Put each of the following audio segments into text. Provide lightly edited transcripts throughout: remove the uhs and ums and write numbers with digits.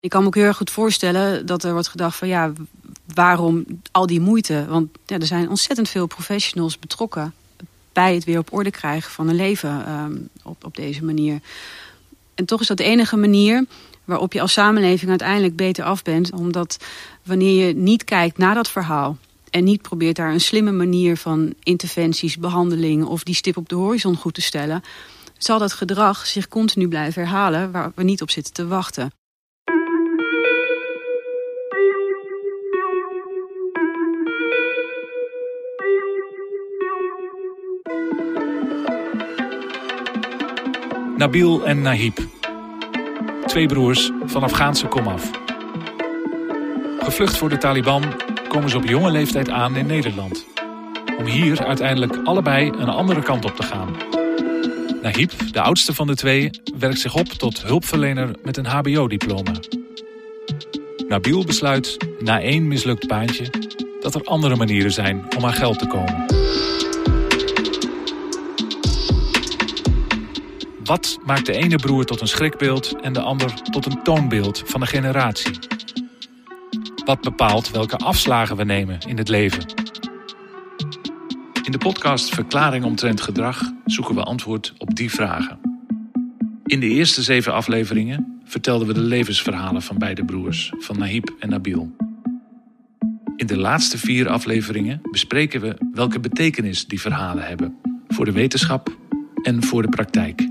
Ik kan me ook heel erg goed voorstellen dat er wordt gedacht van waarom al die moeite? Want er zijn ontzettend veel professionals betrokken bij het weer op orde krijgen van een leven op deze manier. En toch is dat de enige manier waarop je als samenleving uiteindelijk beter af bent. Omdat wanneer je niet kijkt naar dat verhaal en niet probeert daar een slimme manier van interventies, behandelingen of die stip op de horizon goed te stellen, zal dat gedrag zich continu blijven herhalen waar we niet op zitten te wachten. Nabil en Nahib. 2 broers van Afghaanse komaf. Gevlucht voor de Taliban komen ze op jonge leeftijd aan in Nederland. Om hier uiteindelijk allebei een andere kant op te gaan. Nahib, de oudste van de 2, werkt zich op tot hulpverlener met een hbo-diploma. Nabil besluit, na 1 mislukt baantje, dat er andere manieren zijn om aan geld te komen. Wat maakt de ene broer tot een schrikbeeld en de ander tot een toonbeeld van een generatie? Wat bepaalt welke afslagen we nemen in het leven? In de podcast Verklaring omtrent gedrag zoeken we antwoord op die vragen. In de eerste 7 afleveringen vertelden we de levensverhalen van beide broers, van Nahib en Nabil. In de laatste 4 afleveringen bespreken we welke betekenis die verhalen hebben voor de wetenschap en voor de praktijk.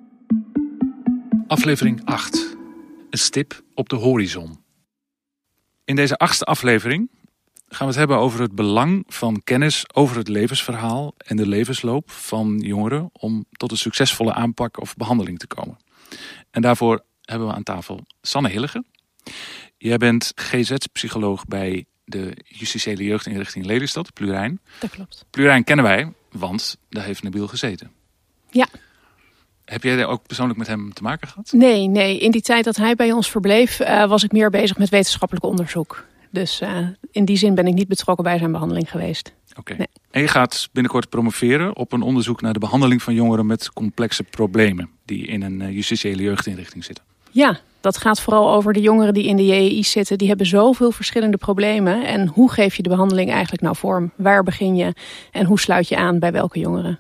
Aflevering 8. Een stip op de horizon. In deze 8e aflevering gaan we het hebben over het belang van kennis over het levensverhaal en de levensloop van jongeren om tot een succesvolle aanpak of behandeling te komen. En daarvoor hebben we aan tafel Sanne Hillige. Jij bent GZ-psycholoog bij de justitiële jeugdinrichting Lelystad, Plurijn. Dat klopt. Plurijn kennen wij, want daar heeft Nabil gezeten. Ja. Heb jij ook persoonlijk met hem te maken gehad? Nee. In die tijd dat hij bij ons verbleef, was ik meer bezig met wetenschappelijk onderzoek. Dus in die zin ben ik niet betrokken bij zijn behandeling geweest. Oké. Nee. En je gaat binnenkort promoveren op een onderzoek naar de behandeling van jongeren met complexe problemen die in een justitiële jeugdinrichting zitten. Ja, dat gaat vooral over de jongeren die in de JEI's zitten. Die hebben zoveel verschillende problemen. En hoe geef je de behandeling eigenlijk nou vorm? Waar begin je en hoe sluit je aan bij welke jongeren?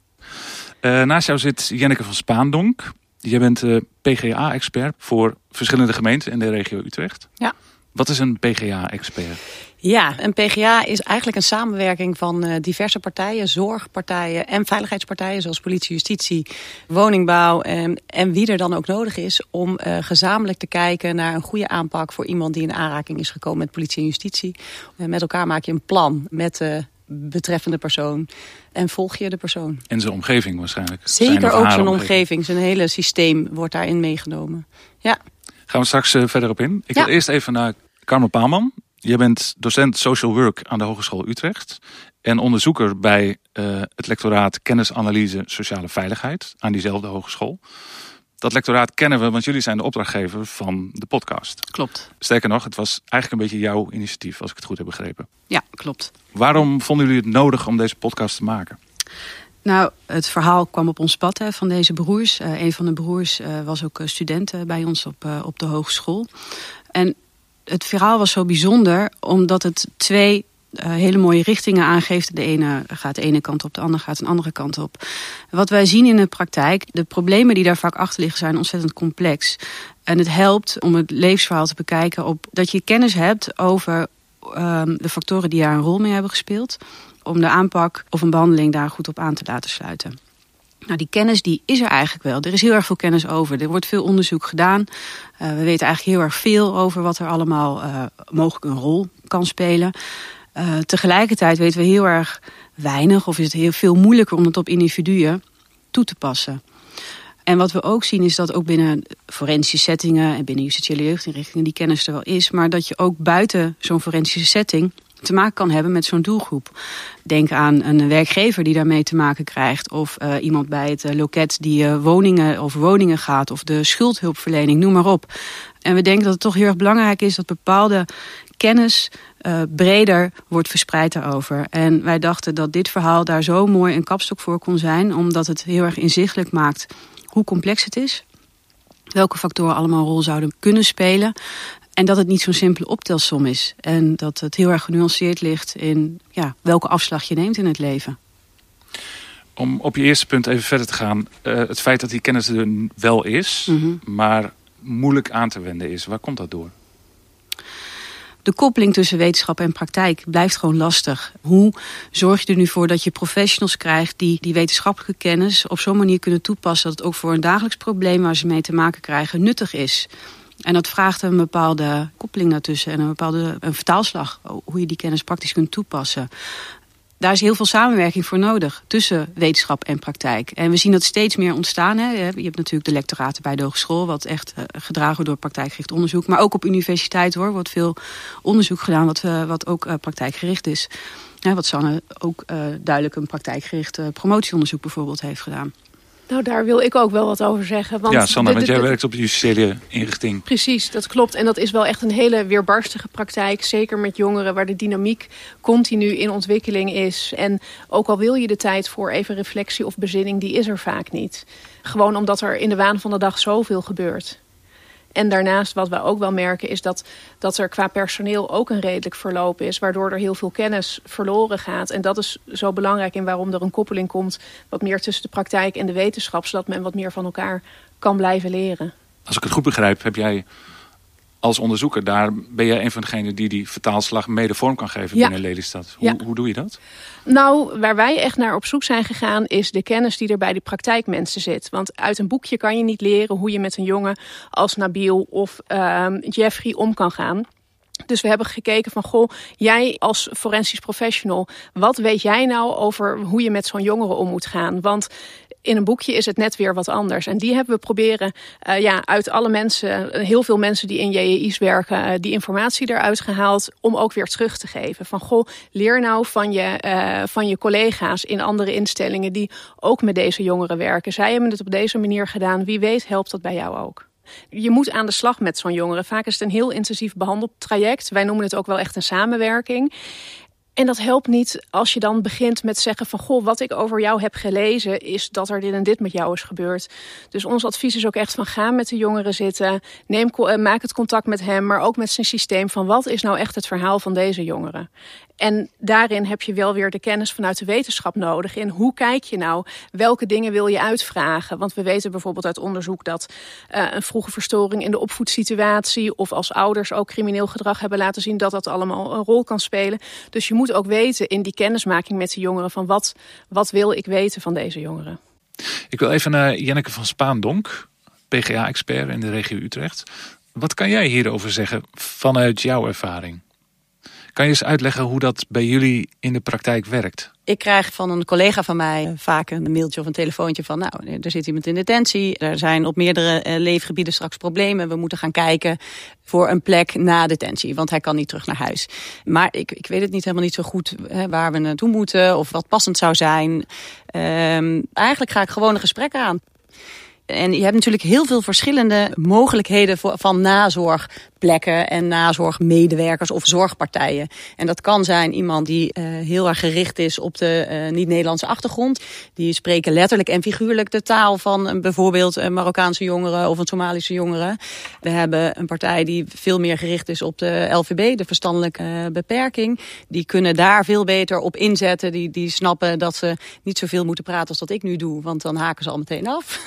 Naast jou zit Jenneke van Spaandonk. Jij bent PGA-expert voor verschillende gemeenten in de regio Utrecht. Ja. Wat is een PGA-expert? Ja, een PGA is eigenlijk een samenwerking van diverse partijen, zorgpartijen en veiligheidspartijen zoals politie, justitie, woningbouw en wie er dan ook nodig is om gezamenlijk te kijken naar een goede aanpak voor iemand die in aanraking is gekomen met politie en justitie. Met elkaar maak je een plan met de betreffende persoon en volg je de persoon. En zijn omgeving waarschijnlijk. Zeker ook zijn omgeving, zijn hele systeem wordt daarin meegenomen. Ja. Gaan we straks verder op in. Ik wil eerst even naar Carmen Paalman. Jij bent docent Social Work aan de Hogeschool Utrecht en onderzoeker bij het lectoraat Kennisanalyse Sociale Veiligheid aan diezelfde hogeschool. Dat lectoraat kennen we, want jullie zijn de opdrachtgever van de podcast. Klopt. Sterker nog, het was eigenlijk een beetje jouw initiatief, als ik het goed heb begrepen. Ja, klopt. Waarom vonden jullie het nodig om deze podcast te maken? Nou, het verhaal kwam op ons pad van deze broers. Een van de broers was ook student bij ons op de hogeschool. En het verhaal was zo bijzonder omdat het 2 hele mooie richtingen aangeeft. De ene gaat de ene kant op, de andere gaat een andere kant op. Wat wij zien in de praktijk, de problemen die daar vaak achter liggen zijn ontzettend complex. En het helpt om het levensverhaal te bekijken op dat je kennis hebt over de factoren die daar een rol mee hebben gespeeld. Om de aanpak of een behandeling daar goed op aan te laten sluiten. Nou, die kennis die is er eigenlijk wel. Er is heel erg veel kennis over. Er wordt veel onderzoek gedaan. We weten eigenlijk heel erg veel over wat er allemaal mogelijk een rol kan spelen. Tegelijkertijd weten we heel erg weinig of is het heel veel moeilijker om het op individuen toe te passen. En wat we ook zien is dat ook binnen forensische settingen en binnen justitiële jeugdinrichtingen die kennis er wel is, maar dat je ook buiten zo'n forensische setting te maken kan hebben met zo'n doelgroep. Denk aan een werkgever die daarmee te maken krijgt of iemand bij het loket die over woningen gaat of de schuldhulpverlening, noem maar op. En we denken dat het toch heel erg belangrijk is dat bepaalde kennis breder wordt verspreid daarover. En wij dachten dat dit verhaal daar zo mooi een kapstok voor kon zijn, omdat het heel erg inzichtelijk maakt hoe complex het is. welke factoren allemaal een rol zouden kunnen spelen. En dat het niet zo'n simpele optelsom is. En dat het heel erg genuanceerd ligt in welke afslag je neemt in het leven. Om op je eerste punt even verder te gaan. Het feit dat die kennis er wel is, maar moeilijk aan te wenden is. Waar komt dat door? De koppeling tussen wetenschap en praktijk blijft gewoon lastig. Hoe zorg je er nu voor dat je professionals krijgt die wetenschappelijke kennis op zo'n manier kunnen toepassen dat het ook voor een dagelijks probleem waar ze mee te maken krijgen nuttig is? En dat vraagt een bepaalde koppeling daartussen en een vertaalslag. Hoe je die kennis praktisch kunt toepassen. Daar is heel veel samenwerking voor nodig tussen wetenschap en praktijk. En we zien dat steeds meer ontstaan. Hè. Je hebt natuurlijk de lectoraten bij de hogeschool, wat echt gedragen door praktijkgericht onderzoek. Maar ook op universiteit wordt veel onderzoek gedaan wat ook praktijkgericht is. Wat Sanne ook duidelijk een praktijkgericht promotieonderzoek bijvoorbeeld heeft gedaan. Nou, daar wil ik ook wel wat over zeggen. Want Sanne, want jij werkt op de justitiële inrichting. Precies, dat klopt. En dat is wel echt een hele weerbarstige praktijk. Zeker met jongeren waar de dynamiek continu in ontwikkeling is. En ook al wil je de tijd voor even reflectie of bezinning, die is er vaak niet. Gewoon omdat er in de waan van de dag zoveel gebeurt. En daarnaast wat we ook wel merken is dat er qua personeel ook een redelijk verloop is. Waardoor er heel veel kennis verloren gaat. En dat is zo belangrijk in waarom er een koppeling komt wat meer tussen de praktijk en de wetenschap. Zodat men wat meer van elkaar kan blijven leren. Als ik het goed begrijp, heb jij als onderzoeker, daar ben jij een van degenen die vertaalslag mede vorm kan geven binnen Lelystad. Hoe doe je dat? Nou, waar wij echt naar op zoek zijn gegaan is de kennis die er bij de praktijkmensen zit. Want uit een boekje kan je niet leren hoe je met een jongen als Nabil of Jeffrey om kan gaan. Dus we hebben gekeken van, jij als forensisch professional, wat weet jij nou over hoe je met zo'n jongere om moet gaan? Want in een boekje is het net weer wat anders. En die hebben we proberen uit alle mensen, heel veel mensen die in JEI's werken, die informatie eruit gehaald om ook weer terug te geven. Van leer nou van je collega's in andere instellingen die ook met deze jongeren werken. Zij hebben het op deze manier gedaan. Wie weet helpt dat bij jou ook. Je moet aan de slag met zo'n jongere. Vaak is het een heel intensief behandeltraject. Wij noemen het ook wel echt een samenwerking. En dat helpt niet als je dan begint met zeggen van, wat ik over jou heb gelezen is dat er dit en dit met jou is gebeurd. Dus ons advies is ook echt van, ga met de jongeren zitten. Maak het contact met hem, maar ook met zijn systeem van, wat is nou echt het verhaal van deze jongeren? En daarin heb je wel weer de kennis vanuit de wetenschap nodig. In hoe kijk je nou? Welke dingen wil je uitvragen? Want we weten bijvoorbeeld uit onderzoek dat een vroege verstoring in de opvoedsituatie of als ouders ook crimineel gedrag hebben laten zien dat dat allemaal een rol kan spelen. Dus je moet ook weten in die kennismaking met de jongeren van wat wil ik weten van deze jongeren. Ik wil even naar Jenneke van Spaandonk, PGA-expert in de regio Utrecht. Wat kan jij hierover zeggen vanuit jouw ervaring? Kan je eens uitleggen hoe dat bij jullie in de praktijk werkt? Ik krijg van een collega van mij vaak een mailtje of een telefoontje van, er zit iemand in detentie. Er zijn op meerdere leefgebieden straks problemen. We moeten gaan kijken voor een plek na detentie, want hij kan niet terug naar huis. Maar ik weet het helemaal niet zo goed waar we naartoe moeten of wat passend zou zijn. Eigenlijk ga ik gewoon een gesprek aan. En je hebt natuurlijk heel veel verschillende mogelijkheden van nazorgplekken en nazorgmedewerkers of zorgpartijen. En dat kan zijn iemand die heel erg gericht is op de niet-Nederlandse achtergrond. Die spreken letterlijk en figuurlijk de taal van bijvoorbeeld een Marokkaanse jongeren of een Somalische jongeren. We hebben een partij die veel meer gericht is op de LVB, de verstandelijke beperking. Die kunnen daar veel beter op inzetten. Die snappen dat ze niet zoveel moeten praten als dat ik nu doe, want dan haken ze al meteen af.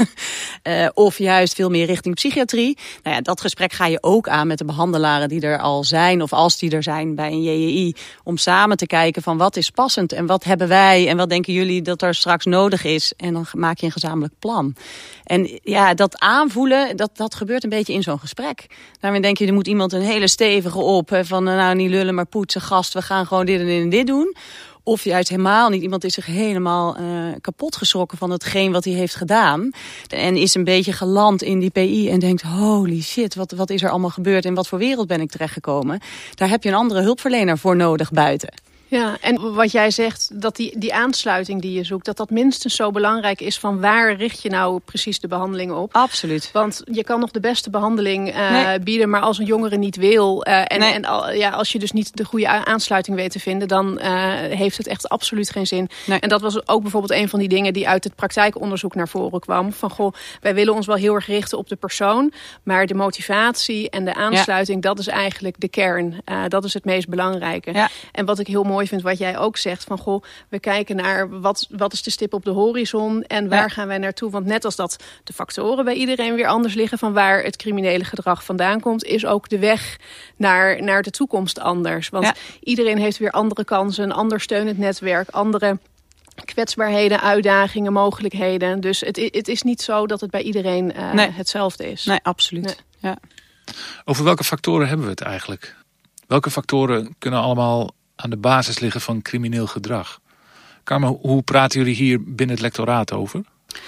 Of juist veel meer richting psychiatrie. Nou ja, dat gesprek ga je ook aan met de behandelaren die er al zijn of als die er zijn bij een JEI. Om samen te kijken van wat is passend en wat hebben wij en wat denken jullie dat er straks nodig is. En dan maak je een gezamenlijk plan. En ja, dat aanvoelen, dat gebeurt een beetje in zo'n gesprek. Daarmee denk je, er moet iemand een hele stevige op. Van niet lullen maar poetsen, gast, we gaan gewoon dit en dit doen. Of juist helemaal niet. Iemand is zich helemaal kapot geschrokken van hetgeen wat hij heeft gedaan. En is een beetje geland in die PI en denkt, holy shit, wat is er allemaal gebeurd en wat voor wereld ben ik terechtgekomen. Daar heb je een andere hulpverlener voor nodig buiten. Ja, en wat jij zegt, dat die aansluiting die je zoekt, dat minstens zo belangrijk is van waar richt je nou precies de behandeling op. Absoluut. Want je kan nog de beste behandeling bieden, maar als een jongere niet wil als je dus niet de goede aansluiting weet te vinden, dan heeft het echt absoluut geen zin. Nee. En dat was ook bijvoorbeeld een van die dingen die uit het praktijkonderzoek naar voren kwam. Van wij willen ons wel heel erg richten op de persoon, maar de motivatie en de aansluiting, dat is eigenlijk de kern. Dat is het meest belangrijke. Ja. En wat ik heel mooi vind, wat jij ook zegt, van we kijken naar wat is de stip op de horizon en waar gaan wij naartoe. Want net als dat de factoren bij iedereen weer anders liggen van waar het criminele gedrag vandaan komt, is ook de weg naar de toekomst anders. Want iedereen heeft weer andere kansen, een ander steunend netwerk, andere kwetsbaarheden, uitdagingen, mogelijkheden. Dus het is niet zo dat het bij iedereen hetzelfde is. Nee, absoluut. Nee. Ja. Over welke factoren hebben we het eigenlijk? Welke factoren kunnen allemaal aan de basis liggen van crimineel gedrag? Carmen, hoe praten jullie hier binnen het lectoraat over?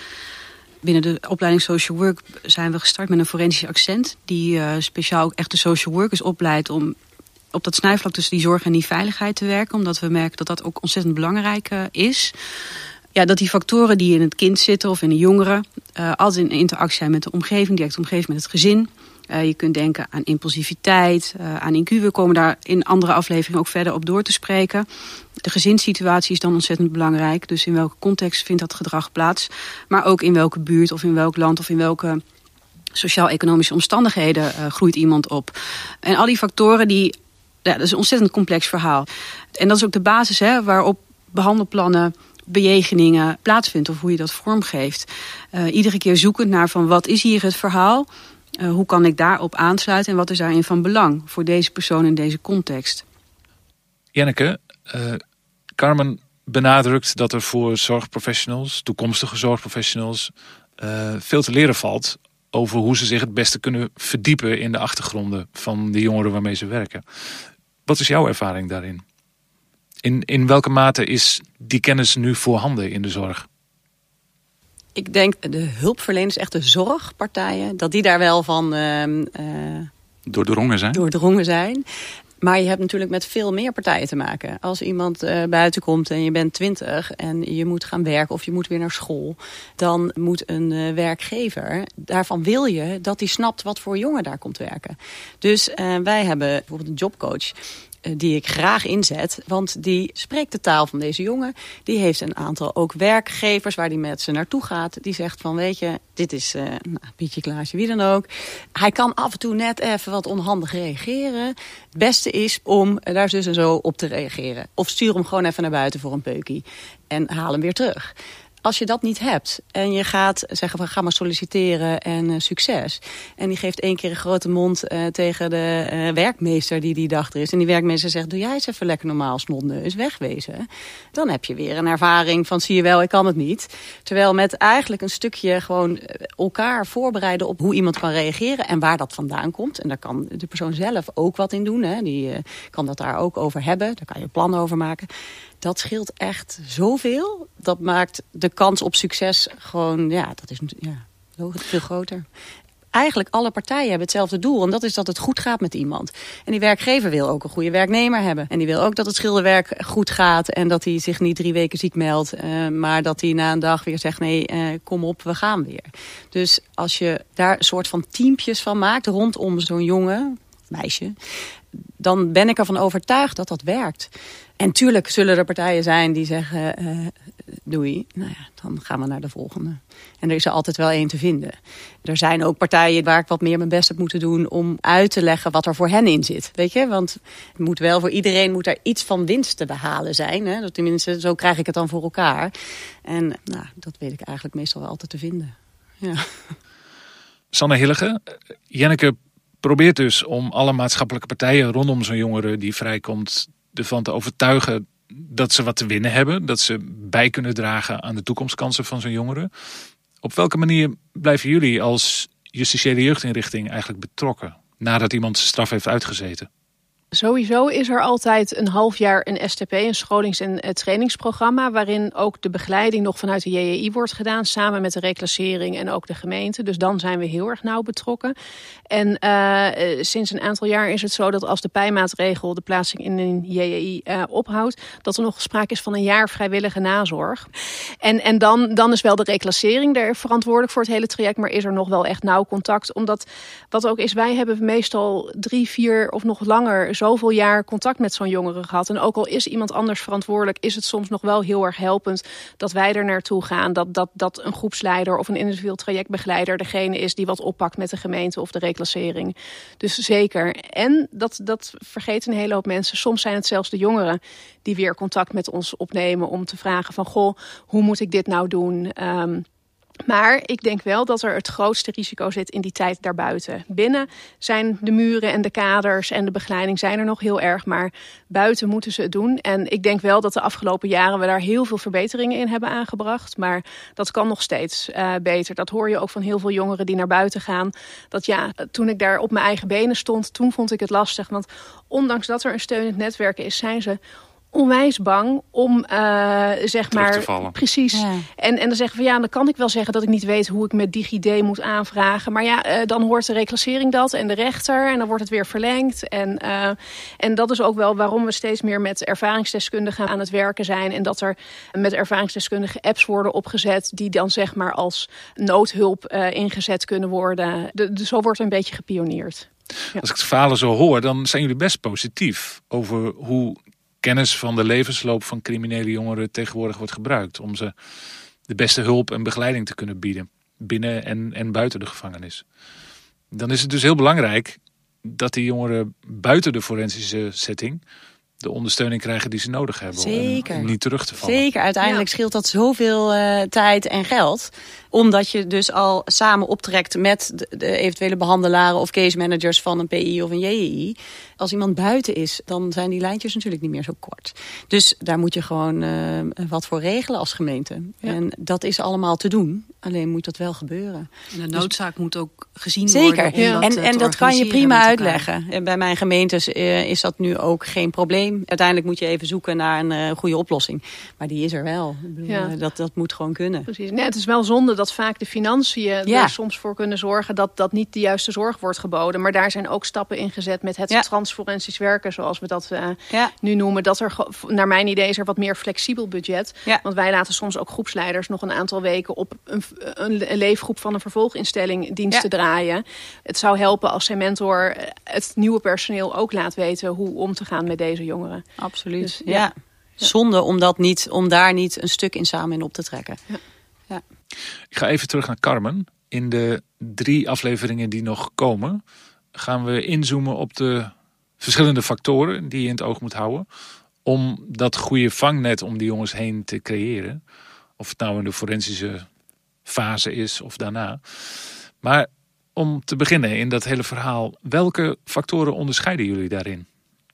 Binnen de opleiding Social Work zijn we gestart met een forensisch accent, die speciaal ook echt de social workers opleidt om op dat snijvlak tussen die zorg en die veiligheid te werken. Omdat we merken dat dat ook ontzettend belangrijk is. Ja, dat die factoren die in het kind zitten of in de jongeren altijd in interactie zijn met de omgeving, directe omgeving met het gezin. Je kunt denken aan impulsiviteit, aan IQ. We komen daar in andere afleveringen ook verder op door te spreken. De gezinssituatie is dan ontzettend belangrijk. Dus in welke context vindt dat gedrag plaats? Maar ook in welke buurt of in welk land of in welke sociaal-economische omstandigheden groeit iemand op. En al die factoren, dat is een ontzettend complex verhaal. En dat is ook de basis waarop behandelplannen, bejegeningen plaatsvindt of hoe je dat vormgeeft. Iedere keer zoekend naar van wat is hier het verhaal? Hoe kan ik daarop aansluiten en wat is daarin van belang voor deze persoon in deze context? Janneke, Carmen benadrukt dat er voor zorgprofessionals, toekomstige zorgprofessionals, veel te leren valt over hoe ze zich het beste kunnen verdiepen in de achtergronden van de jongeren waarmee ze werken. Wat is jouw ervaring daarin? In welke mate is die kennis nu voorhanden in de zorg? Ik denk de hulpverleners, echt de zorgpartijen, dat die daar wel van doordrongen zijn. Maar je hebt natuurlijk met veel meer partijen te maken. Als iemand buiten komt en je bent 20 en je moet gaan werken of je moet weer naar school, dan moet een werkgever, daarvan wil je dat hij snapt wat voor jongen daar komt werken. Dus wij hebben bijvoorbeeld een jobcoach die ik graag inzet, want die spreekt de taal van deze jongen. Die heeft een aantal ook werkgevers waar die met ze naartoe gaat. Die zegt van, weet je, dit is Pietje, Klaasje, wie dan ook. Hij kan af en toe net even wat onhandig reageren. Het beste is om daar dus en zo op te reageren. Of stuur hem gewoon even naar buiten voor een peukie en haal hem weer terug. Als je dat niet hebt en je gaat zeggen van ga maar solliciteren en succes. En die geeft 1 keer een grote mond tegen de werkmeester die dag er is. En die werkmeester zegt, doe jij eens even lekker normaal snotneus, wegwezen. Dan heb je weer een ervaring van zie je wel, ik kan het niet. Terwijl met eigenlijk een stukje gewoon elkaar voorbereiden op hoe iemand kan reageren en waar dat vandaan komt. En daar kan de persoon zelf ook wat in doen. Hè. Die kan dat daar ook over hebben. Daar kan je een plan over maken. Dat scheelt echt zoveel. Dat maakt de kans op succes gewoon, dat is veel groter. Eigenlijk alle partijen hebben hetzelfde doel. En dat is dat het goed gaat met iemand. En die werkgever wil ook een goede werknemer hebben. En die wil ook dat het schilderwerk goed gaat. En dat hij zich niet 3 weken ziek meldt. Maar dat hij na een dag weer zegt, nee, kom op, we gaan weer. Dus als je daar een soort van teampjes van maakt rondom zo'n jongen, meisje, dan ben ik ervan overtuigd dat dat werkt. En tuurlijk zullen er partijen zijn die zeggen, doei, dan gaan we naar de volgende. En er is er altijd wel één te vinden. Er zijn ook partijen waar ik wat meer mijn best heb moeten doen om uit te leggen wat er voor hen in zit. Weet je, want het moet wel voor iedereen moet er iets van winst te behalen zijn. Hè? Tenminste, zo krijg ik het dan voor elkaar. En dat weet ik eigenlijk meestal wel altijd te vinden. Ja. Sanne Hillige, Janneke probeert dus om alle maatschappelijke partijen rondom zo'n jongere die vrijkomt ervan te overtuigen dat ze wat te winnen hebben. Dat ze bij kunnen dragen aan de toekomstkansen van zo'n jongere. Op welke manier blijven jullie als justitiële jeugdinrichting eigenlijk betrokken nadat iemand zijn straf heeft uitgezeten? Sowieso is er altijd een half jaar een STP, een scholings- en trainingsprogramma, waarin ook de begeleiding nog vanuit de JEI wordt gedaan, samen met de reclassering en ook de gemeente. Dus dan zijn we heel erg nauw betrokken. En sinds een aantal jaar is het zo dat als de PEI-maatregel de plaatsing in een JEI ophoudt, dat er nog sprake is van een jaar vrijwillige nazorg. En dan is wel de reclassering er verantwoordelijk voor het hele traject, maar is er nog wel echt nauw contact. Omdat, wat ook is, wij hebben meestal 3, 4 of nog langer zoveel jaar contact met zo'n jongere gehad. En ook al is iemand anders verantwoordelijk, is het soms nog wel heel erg helpend dat wij er naartoe gaan. Dat een groepsleider of een individueel trajectbegeleider degene is die wat oppakt met de gemeente of de reclassering. Dus zeker. En dat vergeten een hele hoop mensen. Soms zijn het zelfs de jongeren die weer contact met ons opnemen om te vragen van, goh, hoe moet ik dit nou doen? Maar ik denk wel dat er het grootste risico zit in die tijd daarbuiten. Binnen zijn de muren en de kaders en de begeleiding zijn er nog heel erg. Maar buiten moeten ze het doen. En ik denk wel dat de afgelopen jaren we daar heel veel verbeteringen in hebben aangebracht. Maar dat kan nog steeds beter. Dat hoor je ook van heel veel jongeren die naar buiten gaan. Dat toen ik daar op mijn eigen benen stond, toen vond ik het lastig. Want ondanks dat er een steunend netwerk is, zijn ze onwijs bang om zeg maar te vallen. Precies. Ja. En dan zeggen van dan kan ik wel zeggen dat ik niet weet hoe ik met DigiD moet aanvragen. Maar dan hoort de reclassering dat en de rechter en dan wordt het weer verlengd. En dat is ook wel waarom we steeds meer met ervaringsdeskundigen aan het werken zijn. En dat er met ervaringsdeskundigen apps worden opgezet die dan zeg maar als noodhulp ingezet kunnen worden. Zo wordt er een beetje gepioneerd. Ja. Als ik het verhalen zo hoor, dan zijn jullie best positief over hoe kennis van de levensloop van criminele jongeren tegenwoordig wordt gebruikt om ze de beste hulp en begeleiding te kunnen bieden, binnen en buiten de gevangenis. Dan is het dus heel belangrijk dat die jongeren buiten de forensische setting de ondersteuning krijgen die ze nodig hebben. Zeker. Om niet terug te vallen. Zeker, uiteindelijk scheelt dat zoveel tijd en geld. Omdat je dus al samen optrekt met de eventuele behandelaren of case managers van een PI of een JEI. Als iemand buiten is, dan zijn die lijntjes natuurlijk niet meer zo kort. Dus daar moet je gewoon wat voor regelen als gemeente. Ja. En dat is allemaal te doen. Alleen moet dat wel gebeuren. En de noodzaak moet ook gezien worden. Zeker. En dat kan je prima uitleggen. En bij mijn gemeentes is dat nu ook geen probleem. Uiteindelijk moet je even zoeken naar een goede oplossing. Maar die is er wel. Ik bedoel, dat moet gewoon kunnen. Precies. Nee, het is wel zonde dat vaak de financiën er soms voor kunnen zorgen dat niet de juiste zorg wordt geboden. Maar daar zijn ook stappen in gezet met het transforensisch werken, zoals we dat nu noemen. Dat er, naar mijn idee, is er wat meer flexibel budget. Ja. Want wij laten soms ook groepsleiders nog een aantal weken op een leefgroep van een vervolginstelling diensten draaien. Het zou helpen als zijn mentor het nieuwe personeel ook laat weten hoe om te gaan met deze jongeren. Absoluut. Dus, ja. Zonde om daar niet een stuk in samen in op te trekken. Ja. Ja. Ik ga even terug naar Carmen. In de 3 afleveringen die nog komen, gaan we inzoomen op de verschillende factoren die je in het oog moet houden om dat goede vangnet om die jongens heen te creëren. Of het nou in de forensische fase is of daarna. Maar om te beginnen in dat hele verhaal, welke factoren onderscheiden jullie daarin?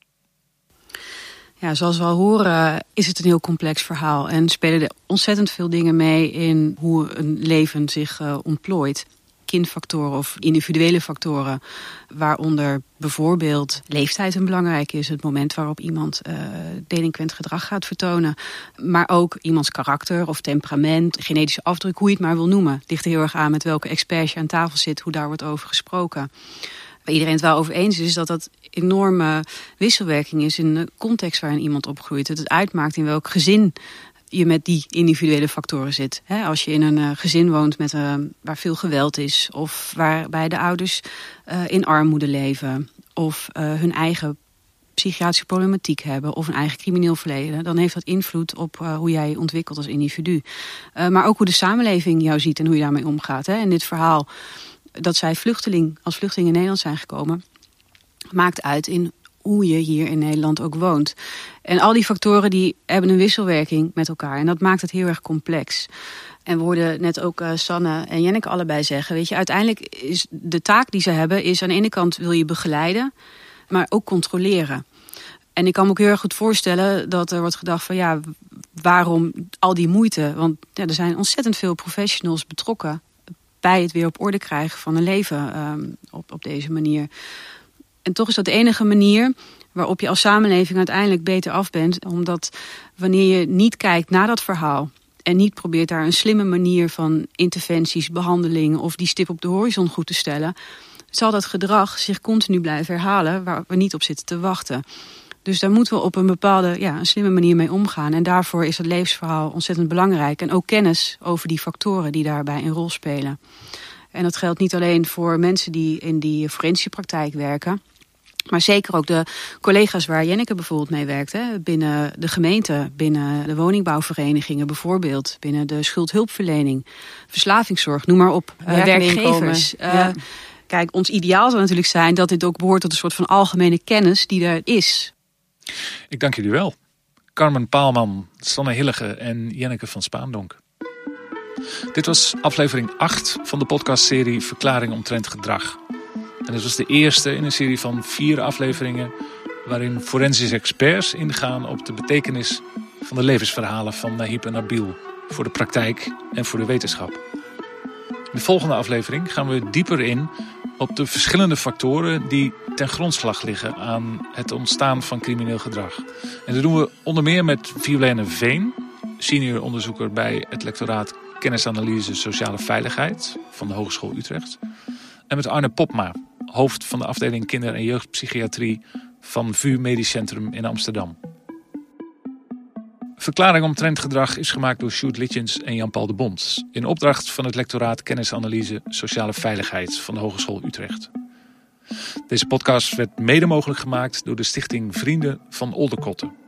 Ja, zoals we al horen is het een heel complex verhaal. En spelen er ontzettend veel dingen mee in hoe een leven zich ontplooit. Kindfactoren of individuele factoren, waaronder bijvoorbeeld leeftijd een belangrijk is. Het moment waarop iemand delinquent gedrag gaat vertonen. Maar ook iemands karakter of temperament, genetische afdruk, hoe je het maar wil noemen. Het ligt er heel erg aan met welke expert je aan tafel zit, hoe daar wordt over gesproken. Waar iedereen het wel over eens is dat enorme wisselwerking is in de context waarin iemand opgroeit. Dat het uitmaakt in welk gezin je met die individuele factoren zit. Als je in een gezin woont waar veel geweld is, of waarbij de ouders in armoede leven, of hun eigen psychiatrische problematiek hebben, of een eigen crimineel verleden, dan heeft dat invloed op hoe jij je ontwikkelt als individu. Maar ook hoe de samenleving jou ziet en hoe je daarmee omgaat. In dit verhaal dat zij als vluchteling in Nederland zijn gekomen, maakt uit in hoe je hier in Nederland ook woont. En al die factoren die hebben een wisselwerking met elkaar. En dat maakt het heel erg complex. En we hoorden net ook Sanne en Jenneke allebei zeggen, weet je, uiteindelijk is de taak die ze hebben, is aan de ene kant wil je begeleiden, maar ook controleren. En ik kan me ook heel erg goed voorstellen dat er wordt gedacht van waarom al die moeite? Want er zijn ontzettend veel professionals betrokken bij het weer op orde krijgen van een leven op deze manier. En toch is dat de enige manier waarop je als samenleving uiteindelijk beter af bent. Omdat wanneer je niet kijkt naar dat verhaal en niet probeert daar een slimme manier van interventies, behandelingen of die stip op de horizon goed te stellen, zal dat gedrag zich continu blijven herhalen waar we niet op zitten te wachten. Dus daar moeten we op een bepaalde, een slimme manier mee omgaan. En daarvoor is het levensverhaal ontzettend belangrijk. En ook kennis over die factoren die daarbij een rol spelen. En dat geldt niet alleen voor mensen die in die forensische praktijk werken, maar zeker ook de collega's waar Jenneke bijvoorbeeld mee werkt. Hè, binnen de gemeente, binnen de woningbouwverenigingen bijvoorbeeld. Binnen de schuldhulpverlening, verslavingszorg, noem maar op. Werkgevers. Kijk, ons ideaal zou natuurlijk zijn dat dit ook behoort tot een soort van algemene kennis die er is. Ik dank jullie wel. Carmen Paalman, Sanne Hillige en Jenneke van Spaandonk. Dit was aflevering 8 van de podcastserie Verklaring omtrent gedrag. En dit was de eerste in een serie van 4 afleveringen waarin forensische experts ingaan op de betekenis van de levensverhalen van Nahib en Nabil voor de praktijk en voor de wetenschap. In de volgende aflevering gaan we dieper in op de verschillende factoren die ten grondslag liggen aan het ontstaan van crimineel gedrag. En dat doen we onder meer met Violaine Veen, senior onderzoeker bij het lectoraat Kennisanalyse Sociale Veiligheid van de Hogeschool Utrecht. En met Arne Popma, hoofd van de afdeling Kinder- en Jeugdpsychiatrie van VU Medisch Centrum in Amsterdam. Verklaring omtrent gedrag is gemaakt door Sjoerd Litjens en Jan-Paul de Bond in opdracht van het lectoraat Kennisanalyse Sociale Veiligheid van de Hogeschool Utrecht. Deze podcast werd mede mogelijk gemaakt door de stichting Vrienden van Oldekotten.